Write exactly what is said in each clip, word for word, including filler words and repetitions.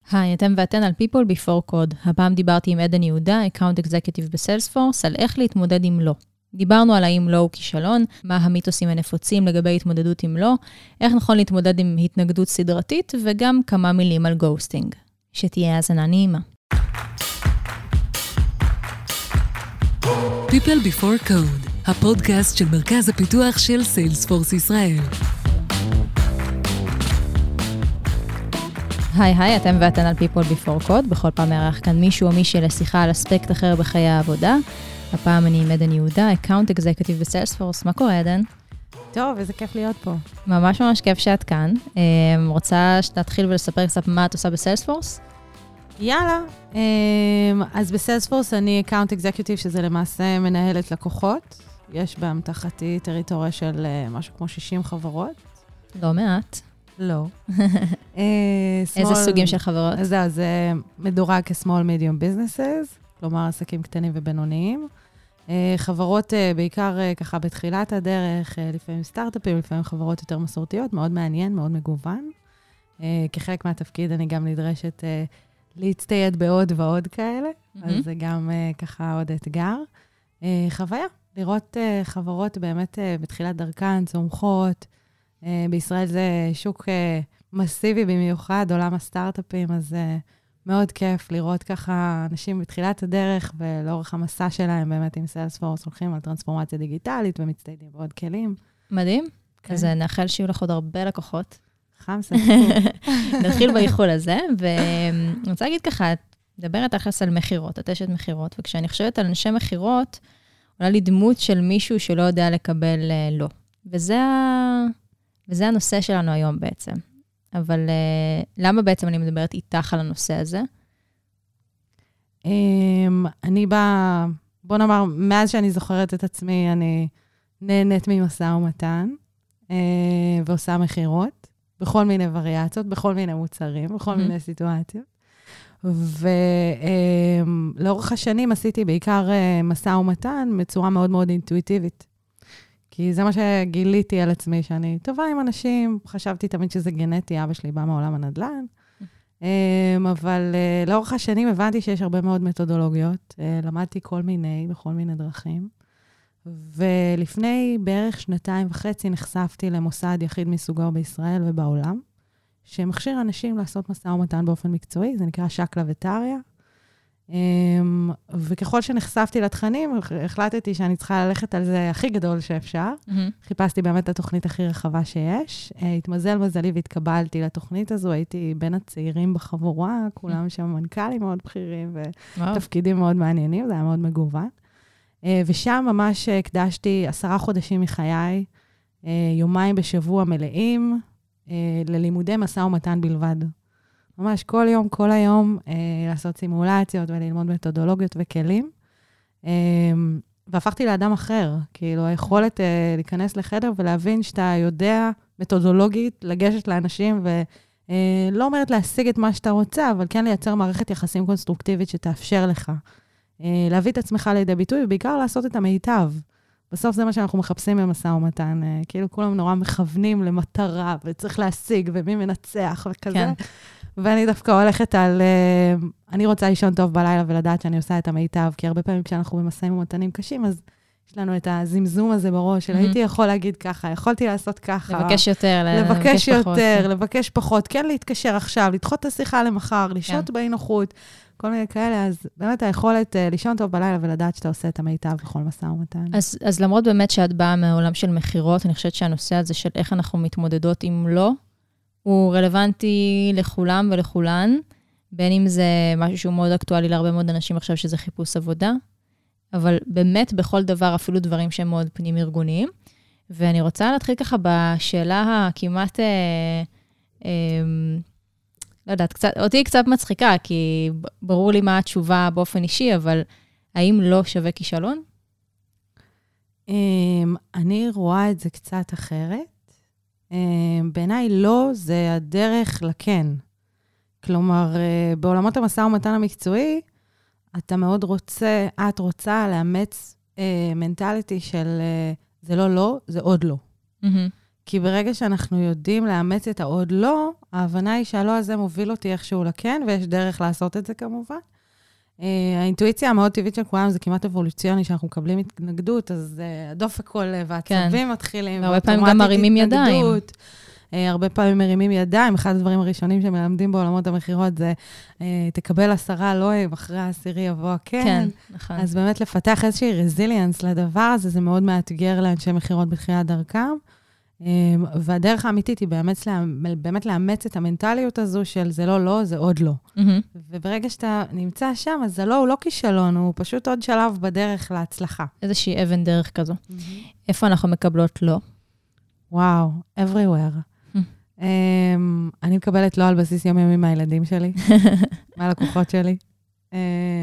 היי, אתם ואתן על People Before Code. הפעם דיברתי עם עדן יהודה, Account Executive בסיילספורס, על איך להתמודד עם לא. דיברנו על האם לא הוא כישלון, מה המיתוסים הנפוצים לגבי התמודדות עם לא, איך נכון להתמודד עם התנגדות סדרתית, וגם כמה מילים על גוסטינג. שתהיה האזנה נעימה. People Before Code, הפודקאסט של מרכז הפיתוח של סיילספורס ישראל. היי היי, אתם ואתן על People Before Code. בכל פעם מארח כאן מישהו או מישהי לשיחה על אספקט אחר בחיי העבודה. הפעם אני עם עדן יהודה, Account Executive בסיילספורס. מה קורה, עדן? טוב, איזה כיף להיות פה. ממש ממש כיף שאת כאן. רוצה שתתחיל ולספר קצת מה את עושה בסיילספורס? יאללה. אז בסיילספורס אני Account Executive, שזה למעשה מנהלת לקוחות. יש באמתחתי טריטוריה של משהו כמו שישים חברות. לא מעט. לא. איזה סוגים של חברות? זהו, זה מדורג כ-small medium businesses, כלומר עסקים קטנים ובינוניים. חברות בעיקר ככה בתחילת הדרך, לפעמים סטארט-אפים, לפעמים חברות יותר מסורתיות, מאוד מעניין, מאוד מגוון. כחלק מהתפקיד אני גם נדרשת להצטייד בעוד ועוד כאלה, אז זה גם ככה עוד אתגר. חוויה, לראות חברות באמת בתחילת דרכן, צומחות, בישראל זה שוק מסיבי במיוחד, עולם הסטארט-אפים, אז מאוד כיף לראות ככה אנשים בתחילת הדרך ולאורך המסע שלהם באמת עם סיילספורס הולכים על טרנספורמציה דיגיטלית ומצטיידים בעוד כלים. מדהים. כן. אז נאחל שיהיו לך עוד הרבה לקוחות. חם ספור. נתחיל באיחול הזה, ואני רוצה להגיד ככה, מדברת אחס על מחירות, את אשת מחירות, וכשאני חושבת על אנשי מחירות, עולה לי דמות של מישהו שלא יודע לקבל לא. וזה ה... וזה הנושא שלנו היום בעצם. אבל uh, למה בעצם אני מדברת איתך על הנושא הזה? Um, אני באה, בוא נאמר, מאז שאני זוכרת את עצמי, אני נהנית ממסע ומתן, uh, ועושה מחירות, בכל מיני וריאציות, בכל מיני מוצרים, בכל mm-hmm. מיני סיטואציות. ולאורך um, השנים עשיתי בעיקר uh, מסע ומתן, בצורה מאוד מאוד אינטואיטיבית. כי זה מה שגיליתי על עצמי, שאני טובה עם אנשים, חשבתי תמיד שזה גנטי, אבא שלי בא מעולם הנדל"ן, אבל לאורך השנים הבנתי שיש הרבה מאוד מתודולוגיות, למדתי כל מיני, בכל מיני דרכים, ולפני בערך שנתיים וחצי נחשפתי למוסד יחיד מסוגו בישראל ובעולם, שמכשיר אנשים לעשות מסע ומתן באופן מקצועי, זה נקרא שקלא וטריא, וככל שנחשפתי לתכנים, החלטתי שאני צריכה ללכת על זה הכי גדול שאפשר. חיפשתי באמת את התוכנית הכי רחבה שיש. התמזל מזלי והתקבלתי לתוכנית הזו, הייתי בין הצעירים בחבורה, כולם שם מנכ"לים מאוד בכירים ותפקידים מאוד מעניינים, זה היה מאוד מגוון. ושם ממש הקדשתי עשרה חודשים מחיי, יומיים בשבוע מלאים, ללימודי מסע ומתן בלבד. ממש כל יום, כל היום, אה, לעשות סימולציות וללמוד מתודולוגיות וכלים. אה, והפכתי לאדם אחר, כאילו היכולת אה, להיכנס לחדר ולהבין שאתה יודע מתודולוגית, לגשת לאנשים ולא אומרת להשיג את מה שאתה רוצה, אבל כן לייצר מערכת יחסים קונסטרוקטיבית שתאפשר לך. אה, להביא את עצמך לידי ביטוי ובעיקר לעשות את המיטב. בסוף זה מה שאנחנו מחפשים במסע ומתן, אה, כאילו כולם נורא מכוונים למטרה וצריך להשיג ומי מנצח וכזה. כן. ואני דווקא הולכת על, uh, אני רוצה לישון טוב בלילה ולדעת שאני עושה את המיטב, כי הרבה פעמים כשאנחנו במשאים ומתנים קשים, אז יש לנו את הזמזום הזה בראש, של הייתי יכול להגיד ככה, יכולתי לעשות ככה. לבקש יותר, לבקש יותר, לבקש פחות, כן להתקשר עכשיו, לדחות את השיחה למחר, לשעות באי נוחות, כל מיני כאלה, אז באמת היכולת uh, לישון טוב בלילה ולדעת שאתה עושה את המיטב בכל משא ומתן. אז, אז למרות באמת שאת באה מהעולם של מחירות, אני חושבת שהנושא הזה של איך אנחנו מתמודדות עם לא, הוא רלוונטי לכולם ולכולן, בין אם זה משהו שהוא מאוד אקטואלי להרבה מאוד אנשים עכשיו שזה חיפוש עבודה, אבל באמת בכל דבר, אפילו דברים שהם מאוד פנים ארגוניים. ואני רוצה להתחיל ככה בשאלה הכמעט, אה, אה, לא יודעת, קצת, אותי קצת מצחיקה, כי ברור לי מה התשובה באופן אישי, אבל האם לא שווה כישלון? אני רואה את זה קצת אחרת. בעיניי לא, זה הדרך לכן. כלומר, בעולמות המשא ומתן המקצועי, אתה מאוד רוצה, את רוצה לאמץ מנטליטי של זה לא לא, זה עוד לא. כי ברגע שאנחנו יודעים לאמץ את העוד לא, ההבנה היא שהלא הזה מוביל אותי איכשהו לכן, ויש דרך לעשות את זה כמובן. האינטואיציה המאוד טבעית של כולם, זה כמעט אבולוציוני, שאנחנו מקבלים התנגדות, אז הדופק עולה, והעצבים מתחילים. הרבה פעמים גם מרימים ידיים. הרבה פעמים מרימים ידיים. אחד הדברים הראשונים שמלמדים בעולמות המחירות, זה תקבל עשרה לואים, אחרי העשירי יבוא כן. כן, נכון. אז באמת לפתח איזושהי רזיליאנס לדבר הזה, זה מאוד מאתגר לאנשי מחירות בתחילת דרכם. והדרך האמיתית היא באמת, באמת לאמץ את המנטליות הזו של זה לא לא, זה עוד לא. Mm-hmm. וברגע שאתה נמצא שם, אז זה לא, הוא לא כישלון, הוא פשוט עוד שלב בדרך להצלחה. איזושהי אבן דרך כזו. Mm-hmm. איפה אנחנו מקבלות לא? וואו, everywhere. Mm-hmm. Um, אני מקבלת לא על בסיס יומיומי מהילדים שלי, מהלקוחות שלי. Um,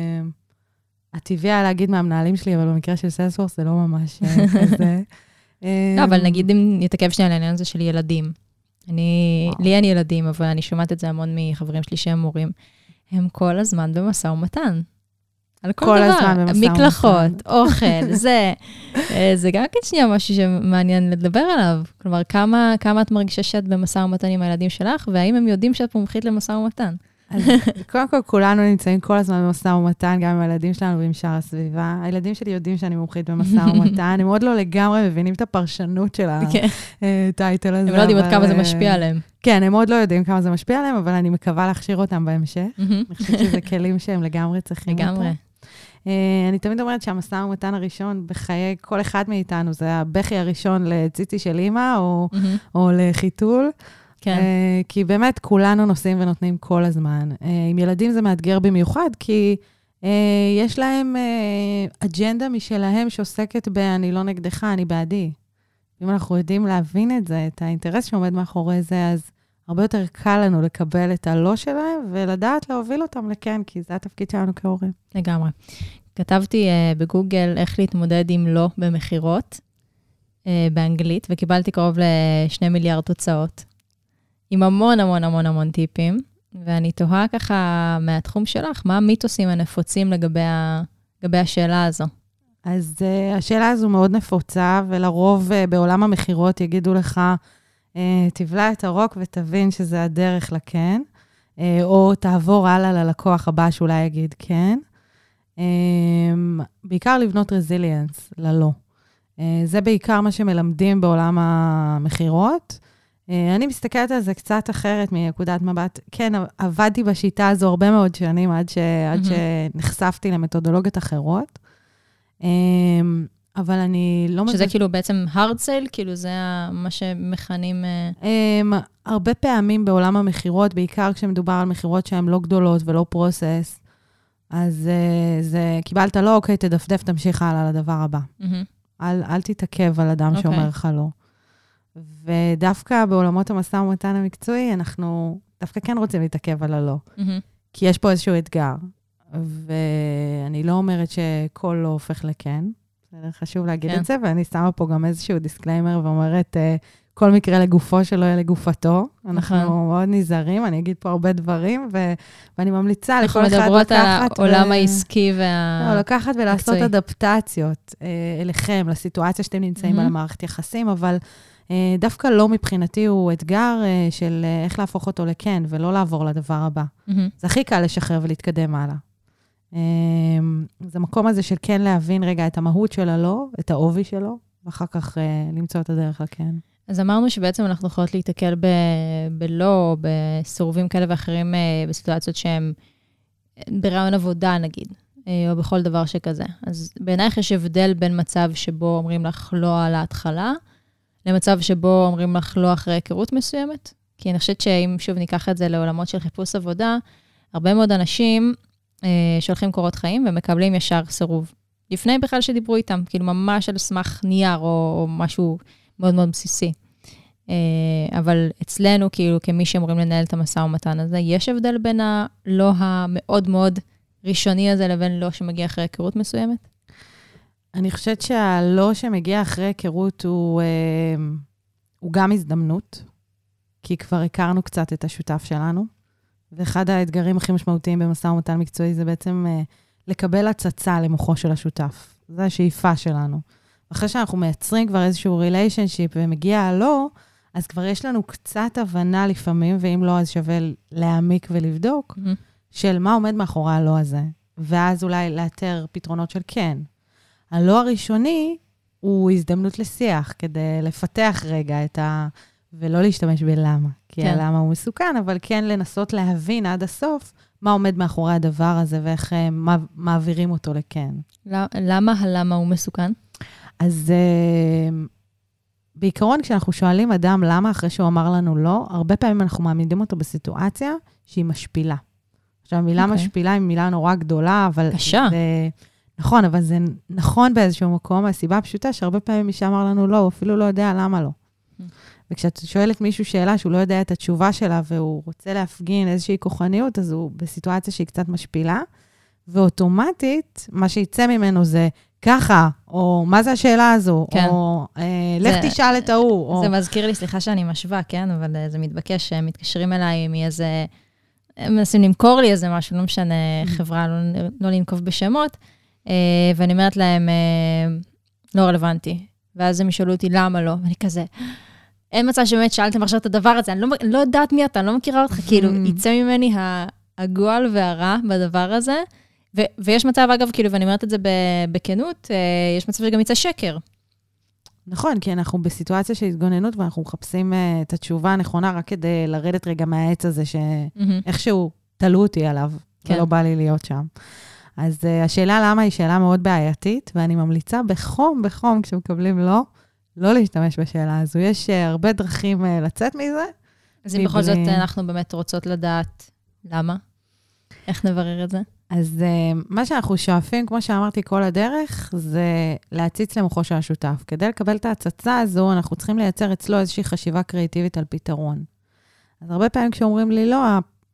הטבעי היה להגיד מהמנהלים שלי, אבל במקרה של סיילספורס זה לא ממש כזה. לא, אבל נגיד אם נתעכב שנייה לעניין הזה של ילדים. אני, לי אין ילדים, אבל אני שומעת את זה המון מחברים שלי שהם מורים. הם כל הזמן במשא ומתן. על כל, כל דבר. הזמן במשא ומתן. מקלחות, אוכל, זה. זה גם כן שנייה משהו שמעניין לדבר עליו. כלומר, כמה, כמה את מרגישה שאת במשא ומתן עם הילדים שלך, והאם הם יודעים שאת מומחית למשא ומתן? אז קודם כל, כולנו נמצאים כל הזמן במשא ומתן, גם עם הילדים שלנו ועם שאר הסביבה. הילדים שלי יודעים שאני מומחית במשא ומתן, הם עוד לא לגמרי מבינים את הפרשנות של הטייטל הזה. הם לא יודעים עוד כמה זה משפיע עליהם. כן, הם עוד לא יודעים כמה זה משפיע עליהם, אבל אני מקווה להכשיר אותם בהמשך. אני חושבת שזה כלים שהם לגמרי צריכים אותם. לגמרי. אני תמיד אומרת שהמשא ומתן הראשון בחיי כל אחד מאיתנו, זה הבכי הראשון לציצי של אמא או לחיתול. כן. Uh, כי באמת כולנו נוסעים ונותנים כל הזמן. Uh, עם ילדים זה מאתגר במיוחד, כי uh, יש להם uh, אג'נדה משלהם שעוסקת ב, אני לא נגדך, אני בעדי. אם אנחנו יודעים להבין את זה, את האינטרס שעומד מאחורי זה, אז הרבה יותר קל לנו לקבל את הלא שלהם, ולדעת להוביל אותם לכן, כי זה התפקיד שלנו כהורים. לגמרי. כתבתי uh, בגוגל איך להתמודד עם לא במחירות, uh, באנגלית, וקיבלתי קרוב לשני מיליארד תוצאות. עם המון המון המון המון טיפים, ואני תוהה ככה מהתחום שלך, מה המיתוסים הנפוצים לגבי, ה... לגבי השאלה הזו? אז uh, השאלה הזו מאוד נפוצה, ולרוב uh, בעולם המחירות יגידו לך, uh, תבלע את הרוק ותבין שזה הדרך לכן, uh, או תעבור הלאה ללקוח הבא שאולי יגיד כן. Uh, בעיקר לבנות רזיליאנס, ללא. Uh, זה בעיקר מה שמלמדים בעולם המחירות, אני מסתכלת על זה קצת אחרת מנקודת מבט. כן, עבדתי בשיטה הזו הרבה מאוד שנים, עד, ש... mm-hmm. עד שנחשפתי למתודולוגיות אחרות. אבל אני לא... שזה מזל... כאילו בעצם hard sale, כאילו זה מה שמכנים... הרבה פעמים בעולם המחירות, בעיקר כשמדובר על מחירות שהן לא גדולות ולא פרוסס, אז זה, קיבלת לא, אוקיי, תדפדף, תמשיך הלאה לדבר הבא. Mm-hmm. אל, אל תתעכב על אדם okay. שאומר לך לא. ודווקא בעולמות המשא ומתן המקצועי, אנחנו דווקא כן רוצים להתעכב על הלא. Mm-hmm. כי יש פה איזשהו אתגר. ואני לא אומרת שכל לא הופך לכן. חשוב להגיד כן. את זה, ואני שמה פה גם איזשהו דיסקליימר, ואומרת, כל מקרה לגופו שלא יהיה לגופתו. אנחנו מאוד נזהרים, אני אגיד פה הרבה דברים, ו... ואני ממליצה לכל אחד לקחת... אנחנו מדברות על העולם ו... העסקי וה... לא, לקחת ולעשות מקצועי. אדפטציות אליכם, לסיטואציה שאתם נמצאים mm-hmm. על המערכת יחסים, אבל... דווקא לא מבחינתי הוא אתגר של איך להפוך אותו לכן, ולא לעבור לדבר הבא. Mm-hmm. זה הכי קל לשחרר ולהתקדם הלאה. זה מקום הזה של כן להבין רגע את המהות של הלא, את העובי שלו, ואחר כך למצוא את הדרך לכן. אז אמרנו שבעצם אנחנו יכולות להתקל ב- בלא, בסירובים כאלה ואחרים, בסיטואציות שהן ברעיון עבודה נגיד, או בכל דבר שכזה. אז בעינייך יש הבדל בין מצב שבו אומרים לך לא על ההתחלה, למצב שבו אומרים לך לא אחרי היכרות מסוימת. כי אני חושבת שאם שוב ניקח את זה לעולמות של חיפוש עבודה, הרבה מאוד אנשים אה, שולחים קורות חיים ומקבלים ישר סירוב. לפני בכלל שדיברו איתם, כאילו ממש על סמך נייר או, או משהו מאוד מאוד בסיסי. אה, אבל אצלנו, כאילו כמי שאמורים לנהל את המשא ומתן הזה, יש הבדל בין הלא המאוד מאוד ראשוני הזה לבין לא שמגיע אחרי היכרות מסוימת? אני חושבת שהלא שמגיע אחרי היכרות הוא, הוא גם הזדמנות, כי כבר הכרנו קצת את השותף שלנו, ואחד האתגרים הכי משמעותיים במשא ומתן מקצועי זה בעצם לקבל הצצה למוחו של השותף. זו השאיפה שלנו. אחרי שאנחנו מייצרים כבר איזשהו ריליישנשיפ ומגיע הלא, אז כבר יש לנו קצת הבנה לפעמים, ואם לא, אז שווה להעמיק ולבדוק, mm-hmm. של מה עומד מאחורי הלא הזה, ואז אולי לאתר פתרונות של כן. הלא הראשוני הוא הזדמנות לשיח, כדי לפתח רגע את ה... ולא להשתמש בלמה, כי כן. הלמה הוא מסוכן, אבל כן לנסות להבין עד הסוף מה עומד מאחורי הדבר הזה, ואיך מה, מעבירים אותו לכן. למה הלמה הוא מסוכן? אז uh, בעיקרון, כשאנחנו שואלים אדם למה אחרי שהוא אמר לנו לא, הרבה פעמים אנחנו מעמידים אותו בסיטואציה שהיא משפילה. עכשיו, המילה okay. משפילה היא מילה נורא גדולה, אבל... קשה. זה, נכון, אבל זה נכון באיזשהו מקום, הסיבה הפשוטה שהרבה פעמים מי שאמר לנו לא, הוא אפילו לא יודע למה לא. Mm. וכשאת שואלת מישהו שאלה שהוא לא יודע את התשובה שלה, והוא רוצה להפגין איזושהי כוחניות, אז הוא בסיטואציה שהיא קצת משפילה, ואוטומטית, מה שיצא ממנו זה ככה, או מה זה השאלה הזו, כן. או אה, לך זה, תשאל את ההוא. או... זה מזכיר לי, סליחה שאני משווה, כן? אבל זה מתבקש, מתקשרים אליי מאיזה, מנסים למכור לי איזה משהו, לא משנה, חברה, לא, לא לנקוב בשמות, אה, ואני אומרת להם, אה, לא רלוונטי. ואז הם ישאלו אותי, למה לא? ואני כזה... אין מצב שבאמת שאלתם עכשיו את הדבר הזה, אני לא, לא יודעת מי אתה, אני לא מכירה אותך, כאילו, יצא ממני הגועל והרע בדבר הזה, ו, ויש מצב, אגב, כאילו, ואני אומרת את זה בכנות, יש מצב שגם יצא שקר. נכון, כי אנחנו בסיטואציה של התגוננות, ואנחנו מחפשים את התשובה הנכונה, רק כדי לרדת רגע מהעץ הזה, שאיכשהו תלו אותי עליו, כן. ולא בא לי להיות שם. אז השאלה למה היא שאלה מאוד בעייתית, ואני ממליצה בחום, בחום, כשמקבלים לא, לא להשתמש בשאלה הזו. יש הרבה דרכים לצאת מזה. אז אם בכל זאת אנחנו באמת רוצות לדעת למה, איך נברר את זה? אז מה שאנחנו שואפים, כמו שאמרתי כל הדרך, זה להציץ למוחו של השותף. כדי לקבל את ההצצה הזו, אנחנו צריכים לייצר אצלו איזושהי חשיבה קריאטיבית על פתרון. אז הרבה פעמים כשאומרים לי לא,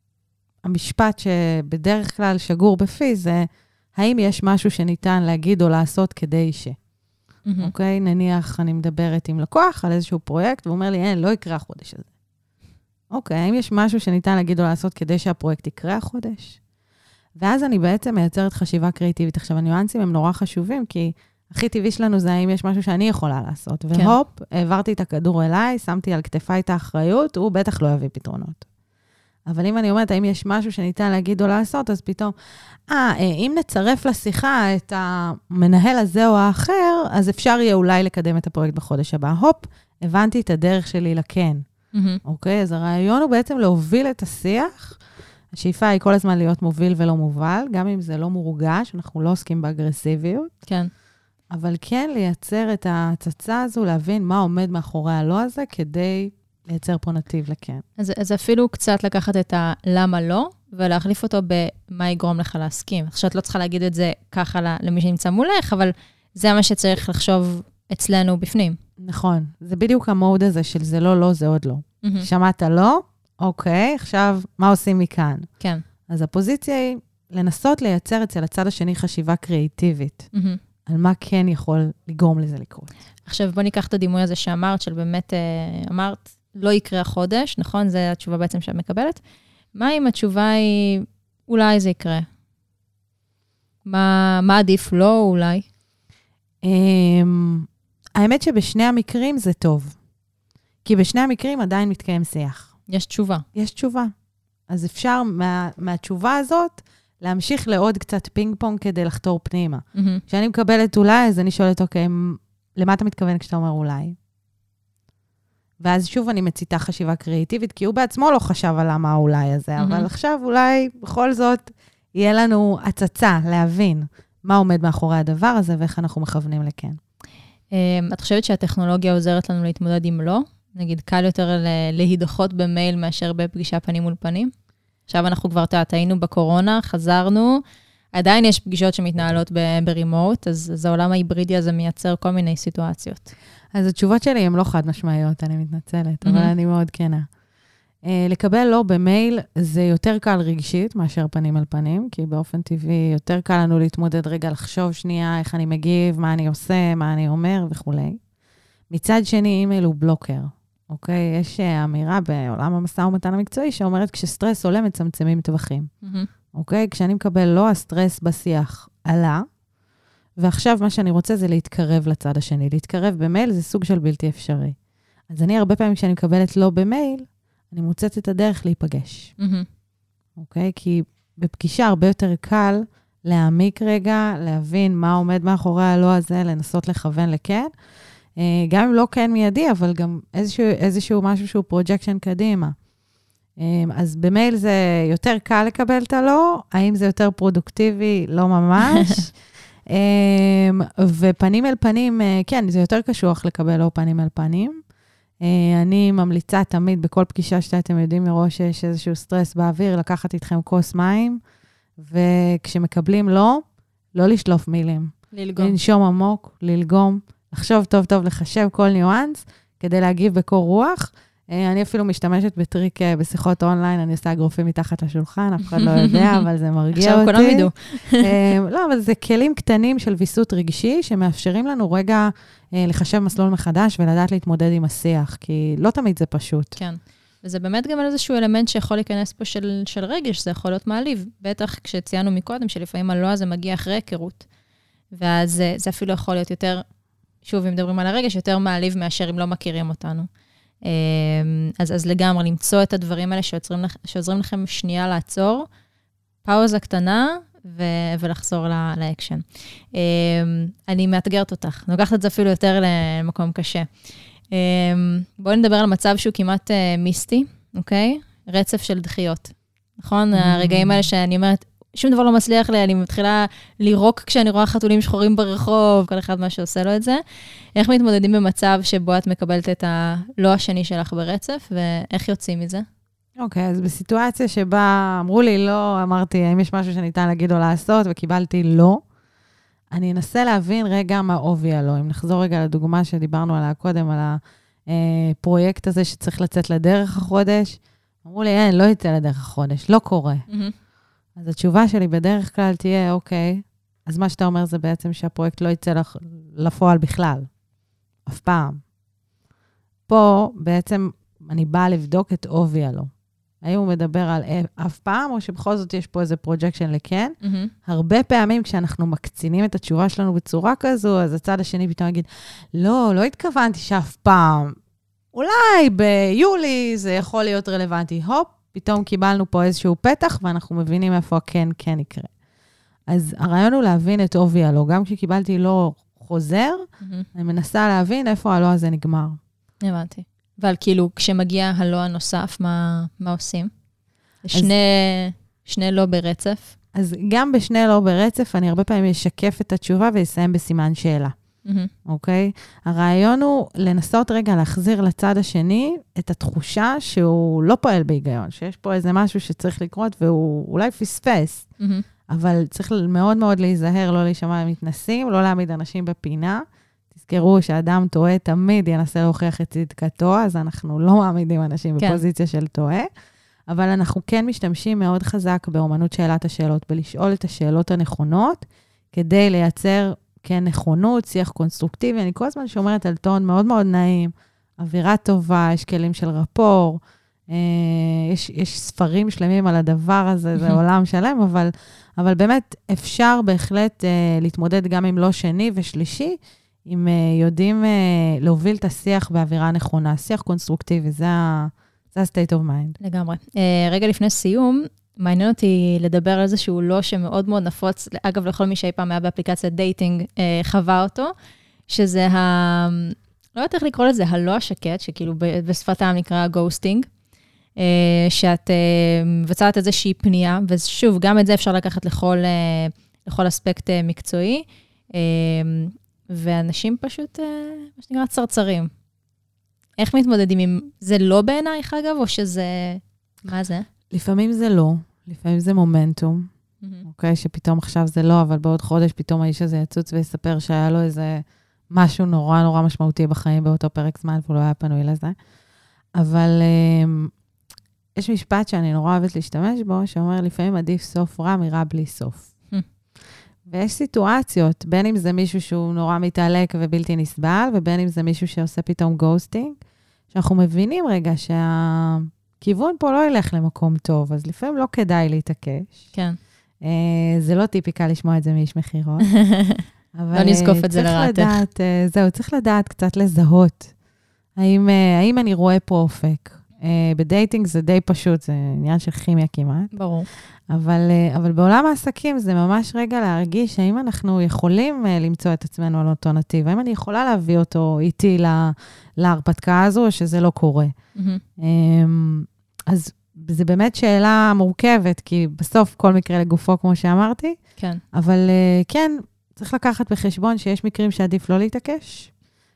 המשפט שבדרך כלל שגור בפי, זה האם יש משהו שניתן להגיד או לעשות כדי ש... אוקיי, נניח אני מדברת עם לקוח על איזשהו פרויקט, והוא אומר לי, אין, לא יקרה החודש הזה. אוקיי, האם יש משהו שניתן להגיד או לעשות כדי שהפרויקט יקרה החודש? ואז אני בעצם מייצרת חשיבה קריאטיבית. עכשיו, הניואנסים הם נורא חשובים, כי הכי טבעי שלנו זה האם יש משהו שאני יכולה לעשות. והופ, העברתי את הכדור אליי, שמתי על כתפיי את האחריות, הוא בטח לא יביא פתרונות. אבל אם אני אומרת, האם יש משהו שניתן להגיד או לעשות, אז פתאום, אה, אם נצרף לשיחה את המנהל הזה או האחר, אז אפשר יהיה אולי לקדם את הפרויקט בחודש הבא. הופ, הבנתי את הדרך שלי לכן. Mm-hmm. אוקיי? אז הרעיון הוא בעצם להוביל את השיח. השאיפה היא כל הזמן להיות מוביל ולא מובל, גם אם זה לא מורגש, אנחנו לא עוסקים באגרסיביות. כן. אבל כן לייצר את ההצצה הזו, להבין מה עומד מאחורי הלא הזה, כדי... לייצר פה נתיב לכן. אז, אז אפילו קצת לקחת את הלמה לא, ולהחליף אותו במה יגרום לך להסכים. עכשיו, את לא צריכה להגיד את זה ככה למי שנמצא מולך, אבל זה מה שצריך לחשוב אצלנו בפנים. נכון. זה בדיוק המוד הזה של זה לא, לא, זה עוד לא. Mm-hmm. שמעת לא? אוקיי, עכשיו, מה עושים מכאן? כן. אז הפוזיציה היא לנסות לייצר אצל הצד השני חשיבה קריאטיבית, mm-hmm. על מה כן יכול לגרום לזה לקרות. עכשיו, בוא ניקח את הדימוי הזה שאמרת, של באמת, אמרת, לא יקרה החודש, נכון? זו התשובה בעצם שאת מקבלת. מה אם התשובה היא, אולי זה יקרה? מה, מה עדיף לא אולי? האמת שבשני המקרים זה טוב. כי בשני המקרים עדיין מתקיים שיח. יש תשובה. יש תשובה. אז אפשר מה, מהתשובה הזאת להמשיך לעוד קצת פינג פונג כדי לחתור פנימה. Mm-hmm. כשאני מקבלת אולי, אז אני שואלת, אוקיי, למה אתה מתכוון כשאתה אומר אולי? ואז שוב אני מציתה חשיבה קריאטיבית, כי הוא בעצמו לא חשב על למה האולי הזה, mm-hmm. אבל עכשיו אולי בכל זאת יהיה לנו הצצה להבין מה עומד מאחורי הדבר הזה, ואיך אנחנו מכוונים לכן. את חושבת שהטכנולוגיה עוזרת לנו להתמודד עם לא? נגיד, קל יותר להידחות במייל מאשר בפגישה פנים מול פנים? עכשיו אנחנו כבר תעת, היינו בקורונה, חזרנו, עדיין יש פגישות שמתנהלות ברימוט, אז, אז העולם ההיברידי הזה מייצר כל מיני סיטואציות. אז התשובות שלי הן לא חד משמעיות, אני מתנצלת, mm-hmm. אבל אני מאוד כנה. Uh, לקבל לא במייל זה יותר קל רגשית מאשר פנים על פנים, כי באופן טבעי יותר קל לנו להתמודד רגע, לחשוב שנייה איך אני מגיב, מה אני עושה, מה אני אומר וכו'. מצד שני, אימייל הוא בלוקר. אוקיי? יש אמירה בעולם המשא ומתן המקצועי שאומרת, כשסטרס עולה, מצמצמים טווחים. Mm-hmm. אוקיי? כשאני מקבל לא, הסטרס בשיח עלה, ועכשיו מה שאני רוצה זה להתקרב לצד השני. להתקרב במייל זה סוג של בלתי אפשרי. אז אני הרבה פעמים כשאני מקבלת לא במייל, אני מוצאת את הדרך להיפגש. אוקיי? כי בפגישה הרבה יותר קל להעמיק רגע, להבין מה עומד מאחורי הלא הזה, לנסות לכוון לכן. גם אם לא כן מיידי, אבל גם איזשהו, איזשהו משהו שהוא פרוג'קשן קדימה. אז במייל זה יותר קל לקבל את הלא, האם זה יותר פרודוקטיבי? לא ממש. ופנים אל פנים, כן, זה יותר קשוח לקבל לא פנים אל פנים. אני ממליצה תמיד בכל פגישה שאתם יודעים מראש שיש איזשהו סטרס באוויר, לקחת איתכם כוס מים, וכשמקבלים לא, לא לשלוף מילים. ללגום. לנשום עמוק, ללגום, לחשוב טוב טוב, לחשב כל ניואנס, כדי להגיב בקור רוח. אני אפילו משתמשת בטריק בשיחות אונליין, אני עושה אגרופים מתחת לשולחן, אף אחד לא יודע, אבל זה מרגיע אותי. עכשיו כולם ידעו. לא, אבל זה כלים קטנים של ויסות רגשי, שמאפשרים לנו רגע לחשב מסלול מחדש, ולדעת להתמודד עם השיח, כי לא תמיד זה פשוט. כן. וזה באמת גם איזשהו אלמנט שיכול להיכנס פה של, של רגש, זה יכול להיות מעליב. בטח כשציינו מקודם, שלפעמים הלא הזה מגיע אחרי היכרות. ואז זה, זה אפילו יכול להיות יותר, שוב, אם מדברים על הרגש, יותר מעליב מאשר אם לא מכירים אותנו. אז, אז לגמרי, למצוא את הדברים האלה שעוזרים, שעוזרים לכם שנייה לעצור, פאוזה קטנה, ו, ולחזור ל, לאקשן. אני מאתגרת אותך, נוגחת את זה אפילו יותר למקום קשה. בואו נדבר על מצב שהוא כמעט מיסטי, אוקיי? רצף של דחיות. נכון? הרגעים האלה שאני אומרת, שום דבר לא מצליח לי, אני מתחילה לירוק כשאני רואה חתולים שחורים ברחוב, כל אחד מה שעושה לו את זה. איך מתמודדים במצב שבו את מקבלת את הלא השני שלך ברצף, ואיך יוצאים מזה? אוקיי, אז בסיטואציה שבה אמרו לי לא, אמרתי, האם יש משהו שניתן להגיד או לעשות, וקיבלתי לא, אני אנסה להבין רגע מה עובי הלא. אם נחזור רגע לדוגמה שדיברנו עליה קודם, על הפרויקט הזה שצריך לצאת לדרך החודש, אמרו לי, אין, לא יצא לדרך החודש, לא קורה. אז התשובה שלי בדרך כלל תהיה, אוקיי, אז מה שאתה אומר זה בעצם שהפרויקט לא יצא לפועל בכלל. אף פעם. פה בעצם אני באה לבדוק את עובי הלא. האם הוא מדבר על אף פעם, או שבכל זאת יש פה איזה פרוג'קשן לכן. Mm-hmm. הרבה פעמים כשאנחנו מקצינים את התשובה שלנו בצורה כזו, אז הצד השני פתאום יגיד, לא, לא התכוונתי שאף פעם. אולי ביולי זה יכול להיות רלוונטי. הופ, פתאום קיבלנו פה איזשהו פתח, ואנחנו מבינים איפה הכן כן יקרה. אז הרעיון הוא להבין את עובי הלא. גם כשקיבלתי לא חוזר, mm-hmm. אני מנסה להבין איפה הלא הזה נגמר. הבנתי. אבל כאילו, כשמגיע הלא הנוסף, מה, מה עושים? שני, אז, שני לא ברצף? אז גם בשני לא ברצף, אני הרבה פעמים אשקף את התשובה ויסיים בסימן שאלה. Mm-hmm. אוקיי? הרעיון הוא לנסות רגע להחזיר לצד השני את התחושה שהוא לא פועל בהיגיון, שיש פה איזה משהו שצריך לקרות והוא אולי פספס, mm-hmm. אבל צריך מאוד מאוד להיזהר, לא להישמע מתנסים, לא להעמיד אנשים בפינה, תזכרו שאדם טועה תמיד ינסה להוכיח את צדקתו, אז אנחנו לא מעמידים אנשים כן. בפוזיציה של טועה, אבל אנחנו כן משתמשים מאוד חזק באומנות שאלת השאלות, בלשאול את השאלות הנכונות, כדי לייצר כן נכונות, שיח קונסטרוקטיבי. אני כל הזמן שומרת על טון מאוד מאוד נעים, אווירה טובה, יש כלים של רפור, אה, יש, יש ספרים שלמים על הדבר הזה, זה עולם שלם, אבל, אבל באמת אפשר בהחלט אה, להתמודד גם עם לא שני ושלישי, אם uh, יודעים uh, להוביל את השיח באווירה נכונה, שיח קונסטרוקטיבי, זה ה-state of mind. לגמרי. Uh, רגע לפני סיום, מעניין אותי לדבר על איזשהו לא שמאוד מאוד נפוץ, אגב, לכל מי שאי פעם היה באפליקציית דייטינג, uh, חווה אותו, שזה ה... לא יודעת איך לקרוא לזה, הלא השקט, שכאילו בשפתם נקרא גוסטינג, uh, שאת uh, מבצעת איזושהי פנייה, ושוב, גם את זה אפשר לקחת לכל, uh, לכל אספקט uh, מקצועי, uh, ואנשים פשוט, מה שנקרא, צרצרים. איך מתמודדים עם זה לא בעינייך, אגב, או שזה... מה זה? לפעמים זה לא, לפעמים זה מומנטום, אוקיי? שפתאום עכשיו זה לא, אבל בעוד חודש פתאום האיש הזה יצוץ ויספר שהיה לו איזה משהו נורא נורא משמעותי בחיים באותו פרק זמן, והוא לא היה פנוי לזה. אבל יש משפט שאני נורא אוהבת להשתמש בו, שאומר, לפעמים עדיף סוף רע מרע בלי סוף. ויש סיטואציות, בין אם זה מישהו שהוא נורא מתעלק ובלתי נסבל, ובין אם זה מישהו שעושה פתאום גוסטינג, שאנחנו מבינים רגע שהכיוון פה לא ילך למקום טוב, אז לפעמים לא כדאי להתעקש. כן. זה לא טיפיקה לשמוע את זה מאיש מחירות. לא נזקוף את זה לרעתך. זהו, צריך לדעת קצת לזהות. האם, האם אני רואה פה אופק? בדייטינג זה די פשוט, זה עניין של כימיה כמעט. ברור. אבל, אבל בעולם העסקים זה ממש רגע להרגיש האם אנחנו יכולים למצוא את עצמנו על אותו נתיב, האם אני יכולה להביא אותו איתי להרפתקה הזו, או שזה לא קורה. Mm-hmm. אז זה באמת שאלה מורכבת, כי בסוף כל מקרה לגופו, כמו שאמרתי. כן. אבל כן, צריך לקחת בחשבון שיש מקרים שעדיף לא להתעקש,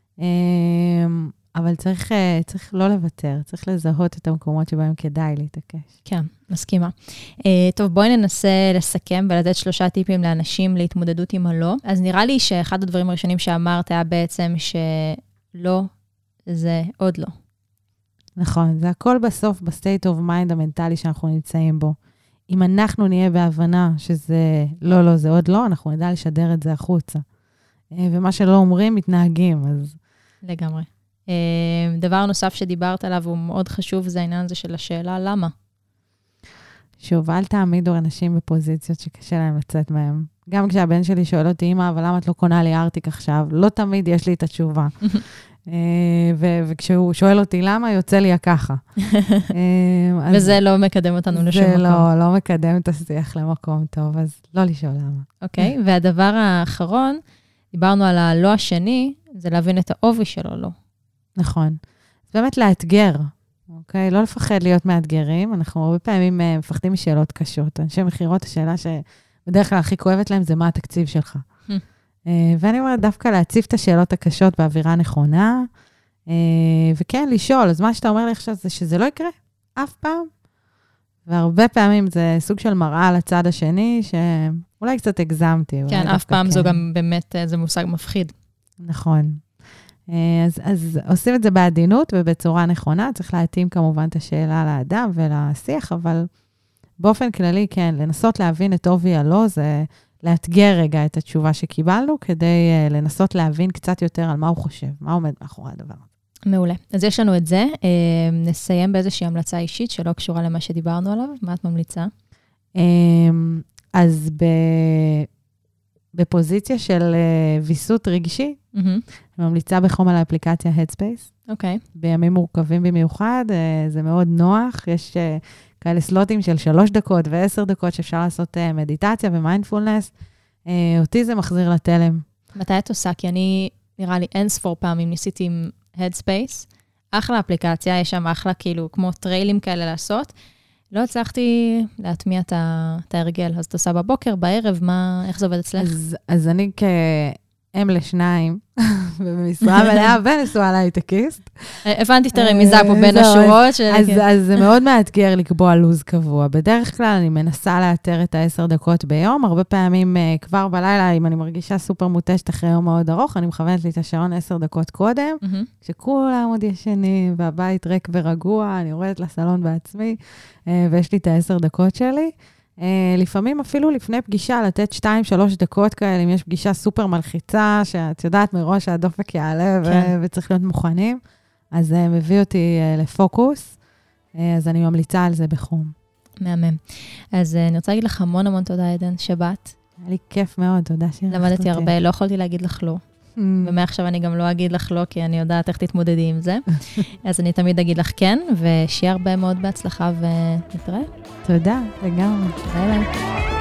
אבל צריך, צריך לא לוותר, צריך לזהות את המקומות שבהם כדאי להתעקש. כן, מסכימה. טוב, בואי ננסה לסכם ולתת שלושה טיפים לאנשים להתמודדות עם הלא. אז נראה לי שאחד הדברים הראשונים שאמרת היה בעצם שלא, זה עוד לא. נכון, זה הכל בסוף בסטייט אוף מיינד המנטלי שאנחנו נמצאים בו. אם אנחנו נהיה בהבנה שזה לא, לא, זה עוד לא, אנחנו נדע לשדר את זה החוצה. ומה שלא אומרים, מתנהגים, אז... לגמרי. דבר נוסף שדיברת עליו, הוא מאוד חשוב, זה העניין הזה של השאלה, למה? שוב, אל תעמידו אנשים בפוזיציות שקשה להם לצאת מהם. גם כשהבן שלי שואל אותי, אמא, אבל למה את לא קונה לי ארטיק עכשיו? לא תמיד יש לי את התשובה. וכשהוא שואל אותי למה, יוצא לי ככה. וזה לא מקדם אותנו לשום מקום. זה לא, לא מקדם את השיח למקום טוב, אז לא לשאול למה. אוקיי, והדבר האחרון, דיברנו על הלא השני, זה להבין את העובי שלו, לא. נכון. זה באמת לאתגר, אוקיי? לא לפחד להיות מאתגרים, אנחנו הרבה פעמים מפחדים משאלות קשות. אנשי מכירות, השאלה שבדרך כלל הכי כואבת להם זה מה התקציב שלך. ואני אומרת, דווקא להציף את השאלות הקשות באווירה נכונה, וכן, לשאול, אז מה שאתה אומר לי עכשיו זה שזה לא יקרה, אף פעם. והרבה פעמים זה סוג של מראה לצד השני, שאולי קצת הגזמתי. כן, אף פעם זו גם באמת, זה מושג מפחיד. נכון. אז, אז עושים את זה בעדינות ובצורה נכונה, צריך להתאים כמובן את השאלה לאדם ולשיח, אבל באופן כללי, כן, לנסות להבין את עובי הלא, זה לאתגר רגע את התשובה שקיבלנו, כדי uh, לנסות להבין קצת יותר על מה הוא חושב, מה עומד מאחורי הדבר. מעולה. אז יש לנו את זה. Uh, נסיים באיזושהי המלצה אישית שלא קשורה למה שדיברנו עליו. מה את ממליצה? Um, אז ב... בפוזיציה של uh, ויסות רגשי, mm-hmm. אני ממליצה בחום על האפליקציה Headspace. אוקיי. Okay. בימים מורכבים במיוחד, uh, זה מאוד נוח, יש... Uh, כאלה סלוטים של שלוש דקות ועשר דקות שאפשר לעשות uh, מדיטציה ומיינדפולנס. Uh, אותי זה מחזיר לתלם. מתי את עושה? כי אני, נראה לי, אין ספור פעמים ניסיתי עם Headspace. אחלה אפליקציה, יש שם אחלה כאילו כמו טריילים כאלה לעשות. לא הצלחתי להטמיע את ההרגל. אז את עושה בבוקר, בערב, מה, איך זה עובד אצלך? אז, אז אני כאם לשניים, ובמשרה מלאה ונשואה להייטקיסט. הבנתי את הרמיזה פה בין השורות. אז זה מאוד מאתגר לקבוע לוז קבוע. בדרך כלל אני מנסה לאתר את העשר דקות ביום. הרבה פעמים כבר בלילה, אם אני מרגישה סופר מוטשת אחרי יום מאוד ארוך, אני מכוונת לי את השעון עשר דקות קודם, כשכולם עוד ישנים, והבית ריק ורגוע, אני יורדת לסלון בעצמי, ויש לי את העשר דקות שלי. Uh, לפעמים אפילו לפני פגישה, לתת שתיים, שלוש דקות כאלה, אם יש פגישה סופר מלחיצה, שאת יודעת מראש שהדופק יעלה כן. ו- וצריך להיות מוכנים, אז זה uh, מביא אותי uh, לפוקוס, uh, אז אני ממליצה על זה בחום. מהמם. אז uh, אני רוצה להגיד לך המון המון תודה, עדן, שבאת. היה לי כיף מאוד, תודה שהרחת אותי. למדתי הרבה, לא יכולתי להגיד לך לא. Mm. ומעכשיו אני גם לא אגיד לך לא, כי אני יודעת איך תתמודדי עם זה. אז אני תמיד אגיד לך כן, ושיהיה הרבה מאוד בהצלחה ונתראה. תודה, לגמרי. ביי ביי.